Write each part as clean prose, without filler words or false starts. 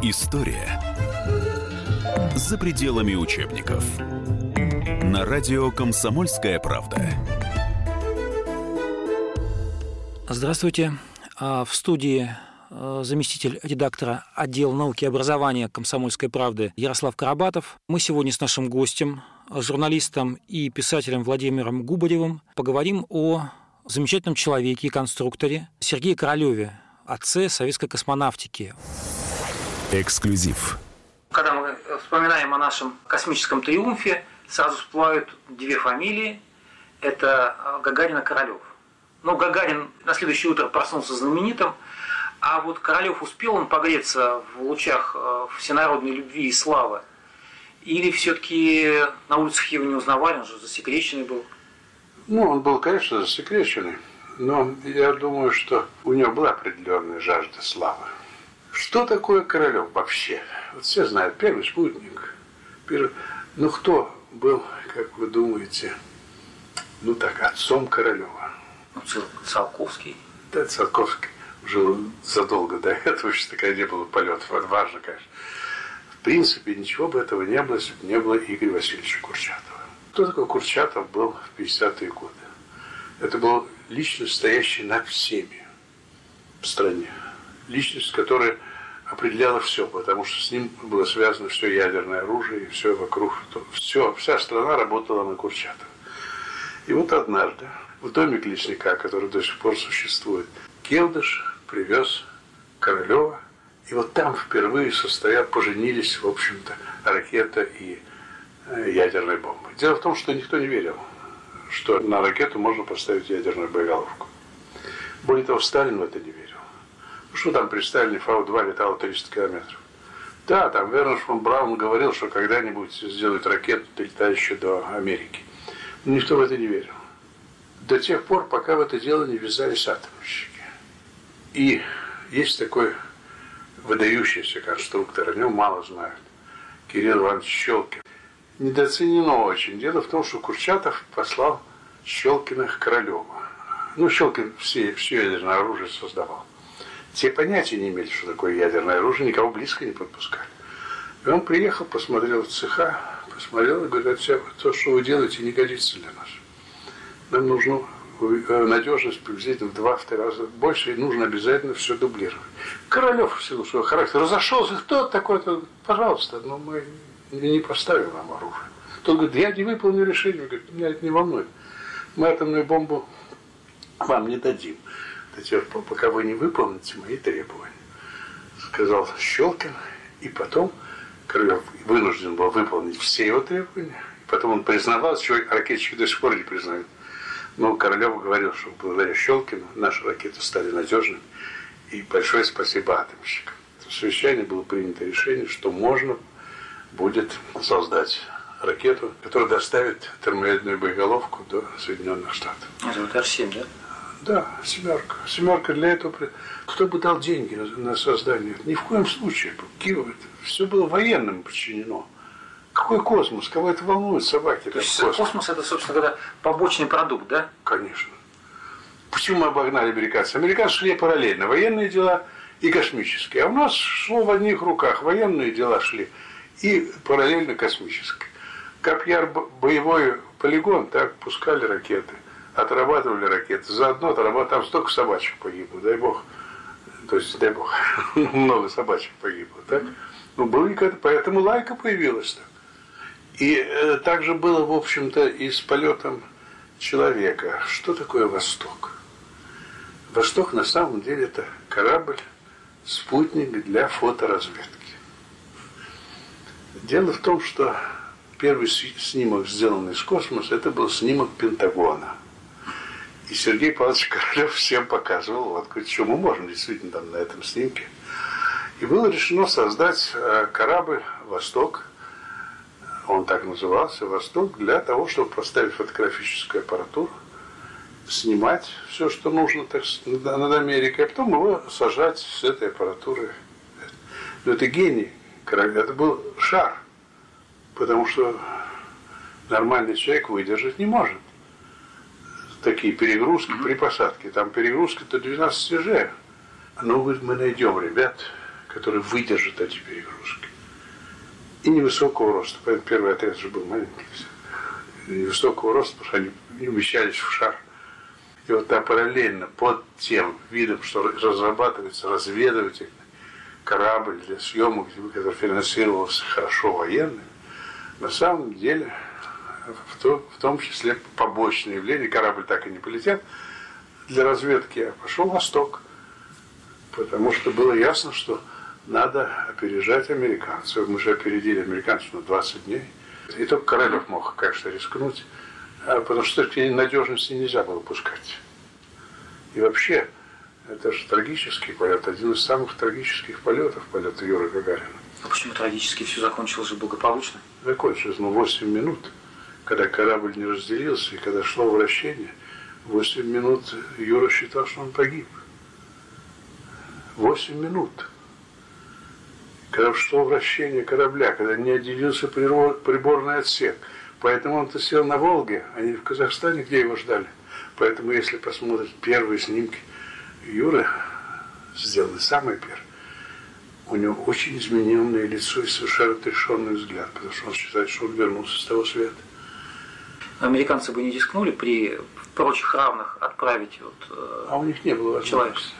История за пределами учебников. На радио «Комсомольская правда». Здравствуйте. В студии заместитель редактора отдела науки и образования «Комсомольской правды» Ярослав Карабатов. Мы сегодня с нашим гостем, журналистом и писателем Владимиром Губаревым, поговорим о замечательном человеке и конструкторе Сергее Королёве, отце советской космонавтики. Эксклюзив. Когда мы вспоминаем о нашем космическом триумфе, сразу всплывают две фамилии. Это Гагарин и Королёв. Но Гагарин на следующее утро проснулся знаменитым, а вот Королёв, успел он погреться в лучах всенародной любви и славы? Или все-таки на улицах его не узнавали, он же засекреченный был? Он был, конечно, засекреченный, но я думаю, что у него была определенная жажда славы. Что такое Королёв вообще? Вот все знают, первый спутник. Но кто был, как вы думаете, отцом Королёва? Циолковский. Да, Циолковский жил задолго до этого, еще тогда не было полетов. Это важно, конечно. В принципе, ничего бы этого не было, если бы не было Игоря Васильевича Курчатова. Кто такой Курчатов был в 50-е годы? Это был личность, стоящая над всеми в стране. Личность, которая определяла все, потому что с ним было связано все ядерное оружие и все вокруг. Вся страна работала на Курчатова. И вот однажды в домик лесника, который до сих пор существует, Келдыш привез Королёва. И вот там впервые поженились, в общем-то, ракета и ядерная бомба. Дело в том, что никто не верил, что на ракету можно поставить ядерную боеголовку. Более того, Сталин в это не верил. Что там при Сталине Фау-2 летало 300 километров? Да, там Вернер фон Браун говорил, что когда-нибудь сделают ракету, долетающую до Америки. Но никто в это не верил. До тех пор, пока в это дело не ввязались атомщики. И есть такой выдающийся конструктор, о нем мало знают, Кирилл Иванович Щелкин. Недооценено очень. Дело в том, что Курчатов послал Щелкина к Королёву. Щелкин все ядерное оружие создавал. Те понятия не имели, что такое ядерное оружие, никого близко не подпускали. И он приехал, посмотрел в цеха, посмотрел и говорит: то, что вы делаете, не годится для нас. Нам нужна надежность приблизительно в 2-3 раза больше, и нужно обязательно все дублировать. Королёв, в силу своего характера, разошелся. Кто такой-то? Пожалуйста, но мы не поставим вам оружие. Тот говорит: я не выполню решение. Говорит: меня это не волнует. Мы атомную бомбу вам не дадим до тех пор, пока вы не выполните мои требования. Сказал Щелкин, и потом Королёв вынужден был выполнить все его требования. И потом он признавал, чего ракетчики до сих пор не признают. Но Королёв говорил, что благодаря Щелкину наши ракеты стали надежными. И большое спасибо атомщикам. В совещании было принято решение, что можно будет создать ракету, которая доставит термоядерную боеголовку до Соединенных Штатов. Это вот Р-7, да? Да, «семерка». «Семерка» для этого... Кто бы дал деньги на создание? Ни в коем случае. Киев, все было военным подчинено. Какой космос? Кого это волнует, собаки? То есть космос это, собственно говоря, побочный продукт, да? Конечно. Почему мы обогнали американцев? Американцы шли параллельно. Военные дела и космические. А у нас шло в одних руках. Военные дела шли и параллельно космические. Как боевой полигон, так пускали ракеты. Отрабатывали ракеты. Заодно отрабатывали. Там столько собачек погибло, дай бог. То есть, дай бог, много собачек погибло, так? Поэтому лайка появилась так. И также было, в общем-то, и с полетом человека. Что такое Восток? Восток, на самом деле, это корабль, спутник для фоторазведки. Дело в том, что первый снимок, сделанный из космоса, это был снимок Пентагона. И Сергей Павлович Королёв всем показывал, вот, что мы можем действительно там на этом снимке. И было решено создать корабль «Восток». Он так назывался, «Восток», для того, чтобы поставить фотографическую аппаратуру, снимать все, что нужно над Америкой, а потом его сажать с этой аппаратуры. Но это гений корабля, это был шар, потому что нормальный человек выдержать не может такие перегрузки при посадке. Там перегрузка до 12 G. Ну, говорит, мы найдем ребят, который выдержит эти перегрузки. И невысокого роста. Поэтому первый отряд же был маленький. Невысокого роста, потому что они не умещались в шар. И вот там параллельно под тем видом, что разрабатывается разведывательный корабль для съемок, который финансировался хорошо военными, на самом деле, в том числе побочное явление, корабль так и не полетел для разведки, а пошел в восток. Потому что было ясно, что надо опережать американцев. Мы же опередили американцев на 20 дней. И только Королев мог, конечно, рискнуть, потому что такие надежности нельзя было пускать. И вообще, это же трагический полет, один из самых трагических полетов, полет Юрия Гагарина. А почему трагически? Все закончилось же благополучно? Закончилось, 8 минут, когда корабль не разделился, и когда шло вращение, 8 минут Юра считал, что он погиб. 8 минут. Когда шло вращение корабля, когда не отделился приборный отсек. Поэтому он-то сел на Волге, а не в Казахстане, где его ждали. Поэтому, если посмотреть первые снимки Юры, сделаны самые первые, у него очень измененное лицо и совершенно отрешенный взгляд, потому что он считает, что он вернулся с того света. Американцы бы не рискнули при прочих равных отправить а у них не было возможности.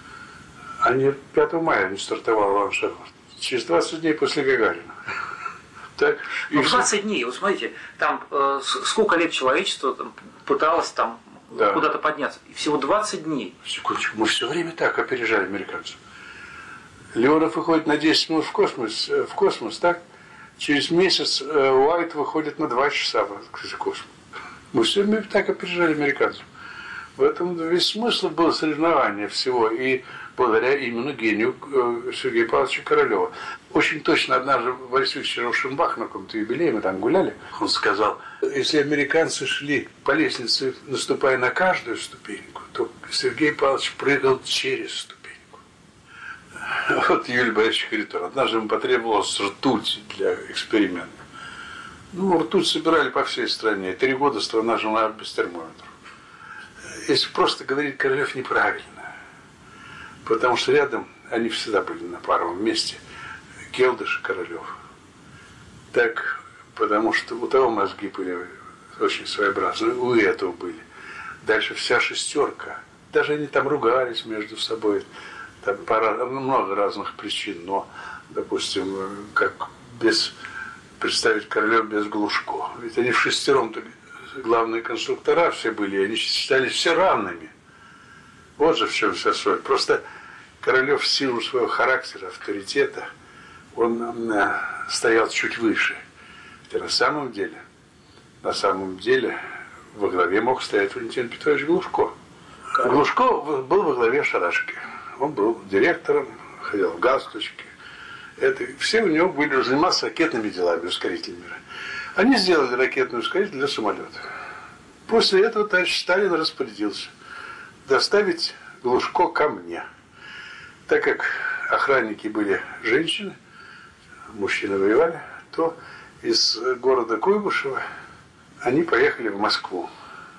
Они 5 мая не стартовал Ланшафт. Через 20 дней после Гагарина. Так, 20 дней, вот смотрите, там сколько лет человечество там, пыталось там куда-то подняться. И всего 20 дней. Секундочку, мы все время так опережали американцев. Леонов выходит на 10 минут в космос, так? Через месяц Уайт выходит на 2 часа в космос. Мы все время так опережали американцев. В этом весь смысл был соревнования всего. И благодаря именно гению Сергея Павловича Королева. Очень точно однажды Борис Викторович Раушенбах на каком-то юбилее, мы там гуляли, он сказал, если американцы шли по лестнице, наступая на каждую ступеньку, то Сергей Павлович прыгал через ступеньку. Вот Юрий Борисович Харитон. Однажды ему потребовалась ртуть для эксперимента. Ртуть собирали по всей стране. 3 года страна жила без термометров. Если просто говорить, Королев неправильно. Потому что рядом они всегда были на паровом месте. Келдыш и Королев. Так, потому что у того мозги были очень своеобразные, у этого были. Дальше вся шестерка. Даже они там ругались между собой. Там много разных причин. Но, допустим, как представить Королев без Глушко. Ведь они в шестером-то главные конструктора все были, и они считались все равными. Вот же в чем вся соль. Просто Королев в силу своего характера, авторитета, он стоял чуть выше. Хотя на самом деле, во главе мог стоять Валентин Петрович Глушко. Глушко был во главе шарашки. Он был директором, ходил в галстучке. Все у него были, заниматься ракетными делами, ускорителями. Они сделали ракетный ускоритель для самолета. После этого товарищ Сталин распорядился доставить Глушко ко мне. Так как охранники были женщины, мужчины воевали, то из города Куйбышева они поехали в Москву.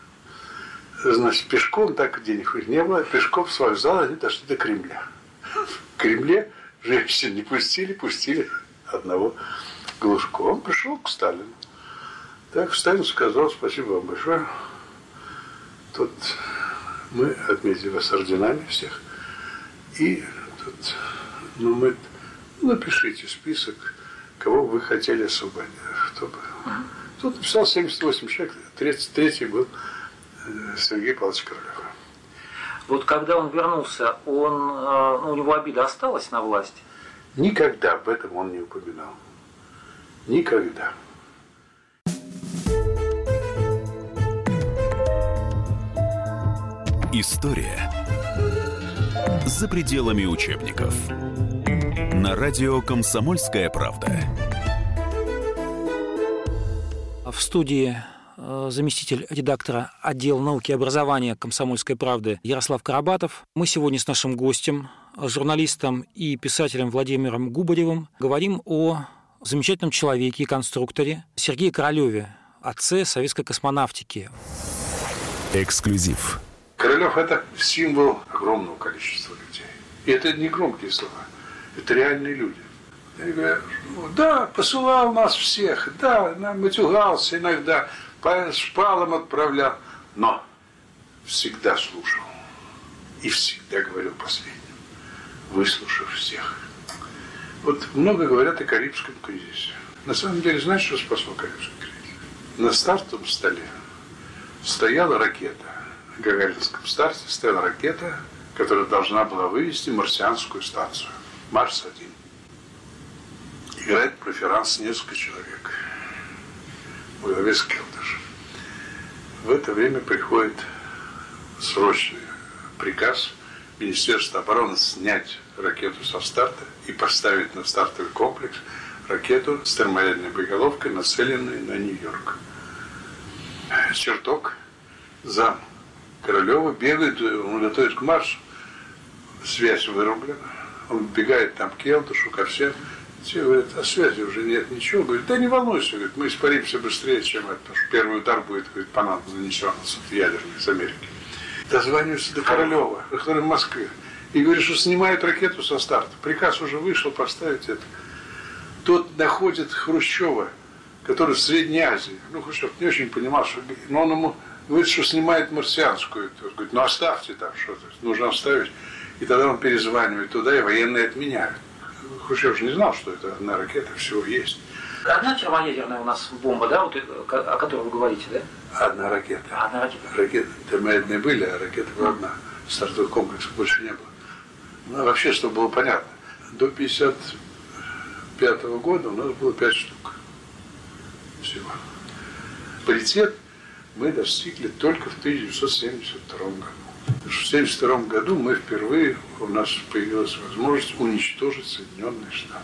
Значит, пешком, так денег у них не было, пешком с вокзала они дошли до Кремля. В Кремле женщин не пустили одного Глушко. Он пришел к Сталину. Так Сталин сказал: спасибо вам большое. Тут мы отметили вас орденами всех. И тут, напишите список, кого вы хотели освободить. Тут написал 78 человек, 33-й был Сергей Павлович Королев. Вот когда он вернулся, у него обида осталась на власть? Никогда об этом он не упоминал. Никогда. История за пределами учебников. На радио «Комсомольская правда». В студии заместитель редактора отдела науки и образования «Комсомольской правды» Ярослав Карабатов. Мы сегодня с нашим гостем, журналистом и писателем Владимиром Губаревым, говорим о замечательном человеке и конструкторе Сергее Королеве, отце советской космонавтики. Эксклюзив. Королев – это символ огромного количества людей. И это не громкие слова. Это реальные люди. Они говорят, да, посылал нас всех, да, нам матюгался иногда, по шпалам отправлял, но всегда слушал и всегда говорил последним, выслушав всех. Вот много говорят о Карибском кризисе. На самом деле, знаете, что спасло Карибский кризис? На стартовом столе стояла ракета. В Гагаринском старте стояла ракета, которая должна была вывести марсианскую станцию. Марс-1. Играет проферанс несколько человек. Во главе с Келдышем. В это время приходит срочный приказ Министерства обороны снять ракету со старта и поставить на стартовый комплекс ракету с термоядерной боеголовкой, нацеленной на Нью-Йорк. Черток, зам Королева, бегает, он готовит к маршу, связь вырублена, он бегает там к Келдышу, ко всем. Те говорят, а связи уже нет, ничего. Говорит, да не волнуйся, говорит, мы испаримся быстрее, чем это, потому что первый удар будет, говорит, по нам нанесен ядерный из Америки. Дозванивается до Королева, который в Москве, и говорит, что снимают ракету со старта. Приказ уже вышел поставить это. Тот находит Хрущева, который в Средней Азии. Ну, Хрущев не очень понимал, что... Но он ему говорит, что снимает марсианскую. Он говорит, ну оставьте там что-то, нужно оставить. И тогда он перезванивает туда, и военные отменяют. Хрущев же не знал, что это одна ракета, всего есть. Одна термоядерная у нас бомба, да, вот, о которой вы говорите, да? Одна ракета. Одна ракета. Ракеты термоядерные были, а ракета была одна. Стартовых комплексов больше не было. Ну, а вообще, чтобы было понятно, до 1955 года у нас было 5 штук. Всего. Паритет мы достигли только в 1972 году. Потому что в 1972 году мы впервые, у нас появилась возможность уничтожить Соединенные Штаты.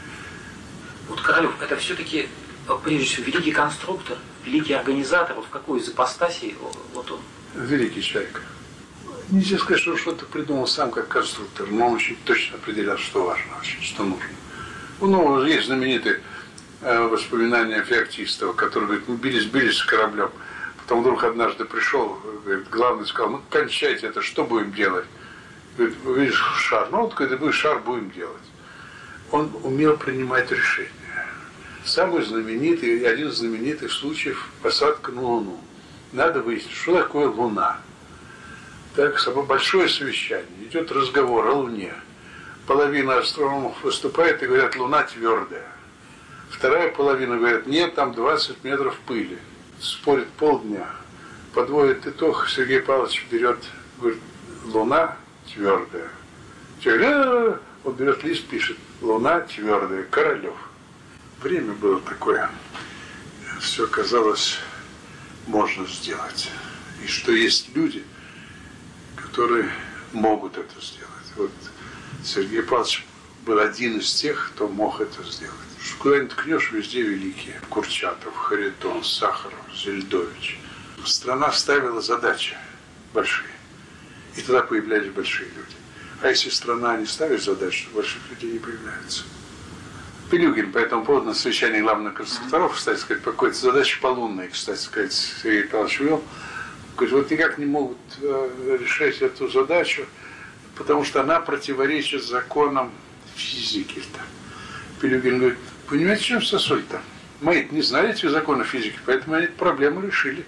Вот Королев, это все-таки, прежде всего, великий конструктор, великий организатор, вот в какой из ипостасей вот он? Великий человек. Нельзя сказать, что он что-то придумал сам как конструктор, но он очень точно определял, что важно, что нужно. Ну, есть знаменитые воспоминания Феоктистова, который говорит, мы бились с кораблем. Потом вдруг однажды пришел, говорит, главный сказал, ну кончайте это, что будем делать? Говорит, видишь шар, ну вот когда будет шар, будем делать. Он умел принимать решения. Самый знаменитый, один из знаменитых случаев посадка на Луну. Надо выяснить, что такое Луна. Так, большое совещание, идет разговор о Луне. Половина астрономов выступает и говорят, Луна твердая. Вторая половина говорит, нет, там 20 метров пыли. Спорит полдня. Подводит итог, Сергей Павлович берет, говорит, Луна твердая. Человек, он берет лист, пишет, Луна твердая, Королев. Время было такое, все казалось, можно сделать. И что есть люди, которые могут это сделать. Вот Сергей Павлович был один из тех, кто мог это сделать. Куда-нибудь ткнешь, везде великие. Курчатов, Харитон, Сахаров, Зельдович. Страна ставила задачи большие. И тогда появлялись большие люди. А если страна не ставит задачи, то больших людей не появляется. Пилюгин по этому поводу на совещании главных конструкторов, кстати сказать, по какой-то задаче полунной, кстати сказать, Сергей Павлович вел. Говорит, вот никак не могут решать эту задачу, потому что она противоречит законам физики-то. Пилюгин говорит, понимаете, в чем сосуль-то? Мы не знали эти законы физики, поэтому они эту проблему решили.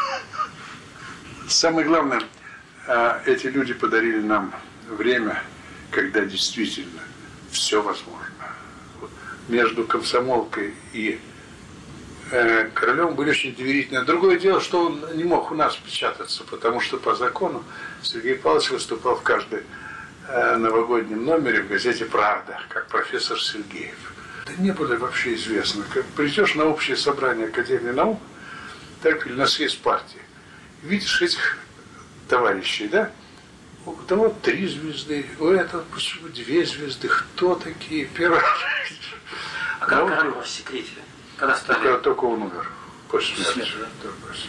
Самое главное, эти люди подарили нам время, когда действительно все возможно. Между комсомолкой и Королевым были очень доверительны. Другое дело, что он не мог у нас печататься, потому что по закону Сергей Павлович выступал в каждом новогоднем номере в газете «Правда», как профессор Сергеев. Это не было вообще известно. Как придешь на общее собрание Академии наук, так или на съезд партии, видишь этих товарищей, да? У того 3 звезды, у этого почему 2 звезды, кто такие? Первый. А как Королев рассекретили? Когда стали? Только он умер. После смерти. Да?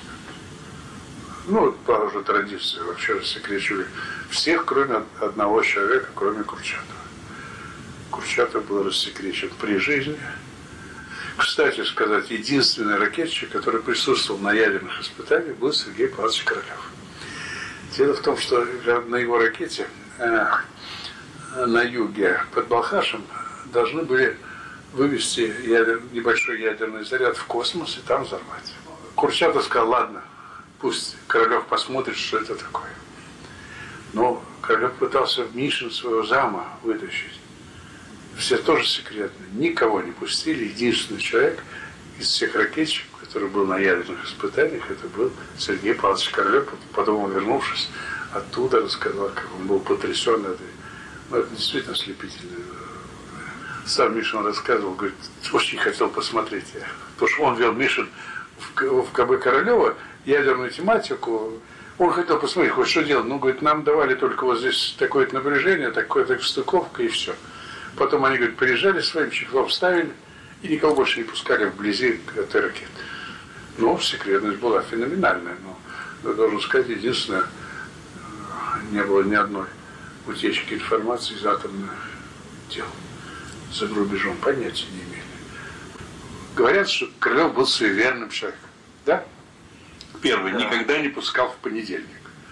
Ну, по уже традиции вообще рассекречивали всех, кроме одного человека, кроме Курчатова. Курчатов был рассекречен при жизни. Кстати сказать, единственный ракетчик, который присутствовал на ядерных испытаниях, был Сергей Павлович Королев. Дело в том, что на его ракете на юге под Балхашем должны были вывести небольшой ядерный заряд в космос и там взорвать. Курчатов сказал, ладно, пусть Королев посмотрит, что это такое. Но Королев пытался Мишин своего зама вытащить. Все тоже секретно. Никого не пустили. Единственный человек из всех ракетчиков, который был на ядерных испытаниях, это был Сергей Павлович Королев. Потом он, вернувшись оттуда, рассказал, как он был потрясен этой. Ну, это действительно ослепительно. Сам Мишин рассказывал, говорит, очень хотел посмотреть. Потому что он вел Мишин в КБ Королева ядерную тематику. Он хотел посмотреть, хоть что делать. Ну, говорит, нам давали только вот здесь такое-то напряжение, такая-то стыковка и все. Потом они, говорит, приезжали своим чехлом, ставили и никого больше не пускали вблизи этой ракеты. Ну, секретность была феноменальная. Но, должен сказать, единственное, не было ни одной утечки информации из атомных дел. За рубежом понятия не имели. Говорят, что Королев был суеверным человеком. Да? Первый, да. Никогда не пускал в понедельник.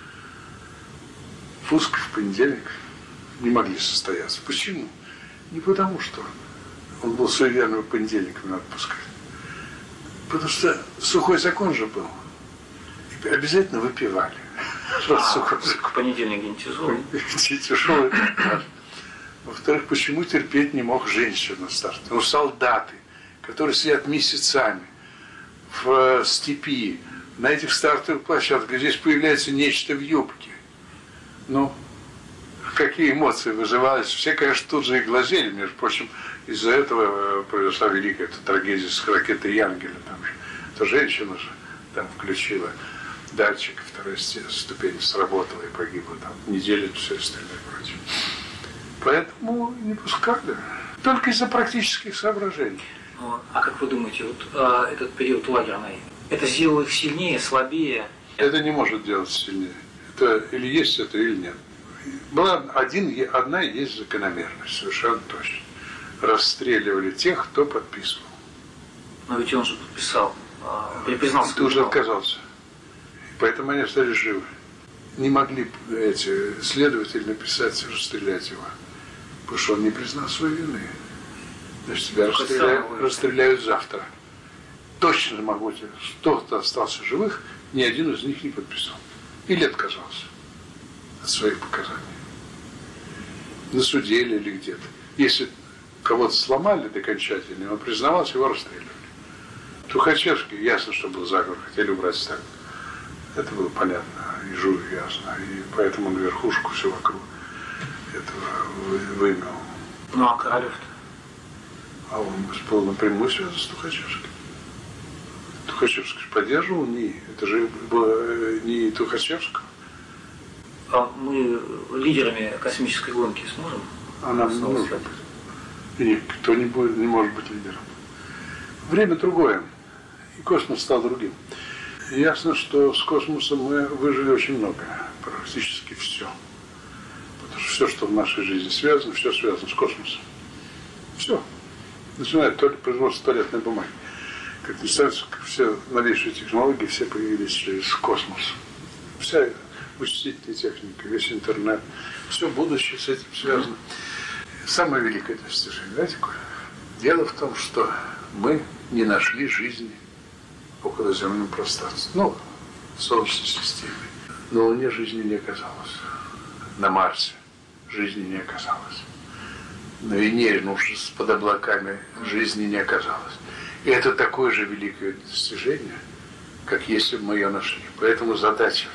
Пуск в понедельник не могли состояться. Почему? Не потому, что он был суеверным, в понедельник надо пускать. Потому что сухой закон же был. И обязательно выпивали. Понедельник не тяжелый. Тяжелый. Во-вторых, почему терпеть не мог женщин на старте? Ну, солдаты, которые сидят месяцами в степи, на этих стартовых площадках, здесь появляется нечто в юбке. Ну, какие эмоции вызывались? Все, конечно, тут же и глазели. Между прочим, из-за этого произошла великая трагедия с ракетой Янгеля. Там же, то женщина же там включила датчик, вторая ступень сработала и погибла. Там неделю все остальное прочее. Поэтому не пускали. Только из-за практических соображений. А как вы думаете, вот этот период лагерный, это сделало их сильнее, слабее? Это не может делать сильнее. Это или есть это, или нет. Была одна есть закономерность, совершенно точно. Расстреливали тех, кто подписывал. Но ведь он же подписал, признался. Ты уже отказался. Поэтому они остались живы. Не могли эти следователи написать, расстрелять его. Потому что он не признал своей вины. Значит, тебя расстреляют завтра. Точно могу тебе, кто-то остался живых, ни один из них не подписал. Или отказался от своих показаний. На суде или где-то. Если кого-то сломали окончательно, он признавался, его расстреливали. Тухачевский, ясно, что был заговор, хотели убрать Сталина. Это было понятно, и Жуев ясно. И поэтому он верхушку все вокруг этого вымел. Ну, а Королев-то? А он был напрямую связан с Тухачевским. Тухачевский поддерживал НИИ. Это же было НИИ Тухачевского. А мы лидерами космической гонки сможем? Она не может быть. И никто не может быть лидером. Время другое. И космос стал другим. И ясно, что с космосом мы выжили очень много. Практически все. Потому что все, что в нашей жизни связано, все связано с космосом. Все. Начиная от производства туалетной бумаги. Как не становится, все новейшие технологии все появились через космос. Вся вычислительная техника, весь интернет, все будущее с этим связано. Самое великое достижение, знаете, какое? Дело в том, что мы не нашли жизни в околоземном пространстве. Ну, в Солнечной системе. На Луне жизни не оказалось. На Марсе жизни не оказалось. На Венере, ну уж под облаками, жизни не оказалось. И это такое же великое достижение, как если бы мы ее нашли. Поэтому задача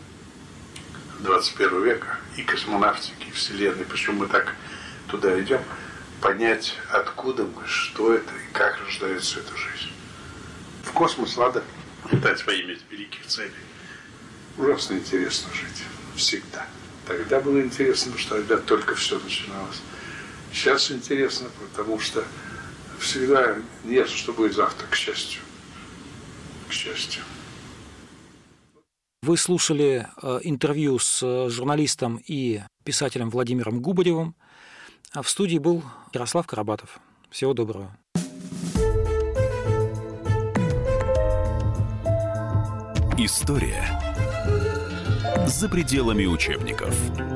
21 века и космонавтики, и Вселенной, почему мы так туда идем, понять, откуда мы, что это и как рождается эта жизнь. В космос надо летать во имя великих целей. Ужасно интересно жить. Всегда. Тогда было интересно, потому что тогда только все начиналось. Сейчас интересно, потому что всегда не ясно, что будет завтра, к счастью. К счастью. Вы слушали интервью с журналистом и писателем Владимиром Губаревым. А в студии был Ярослав Карабатов. Всего доброго. История за пределами учебников.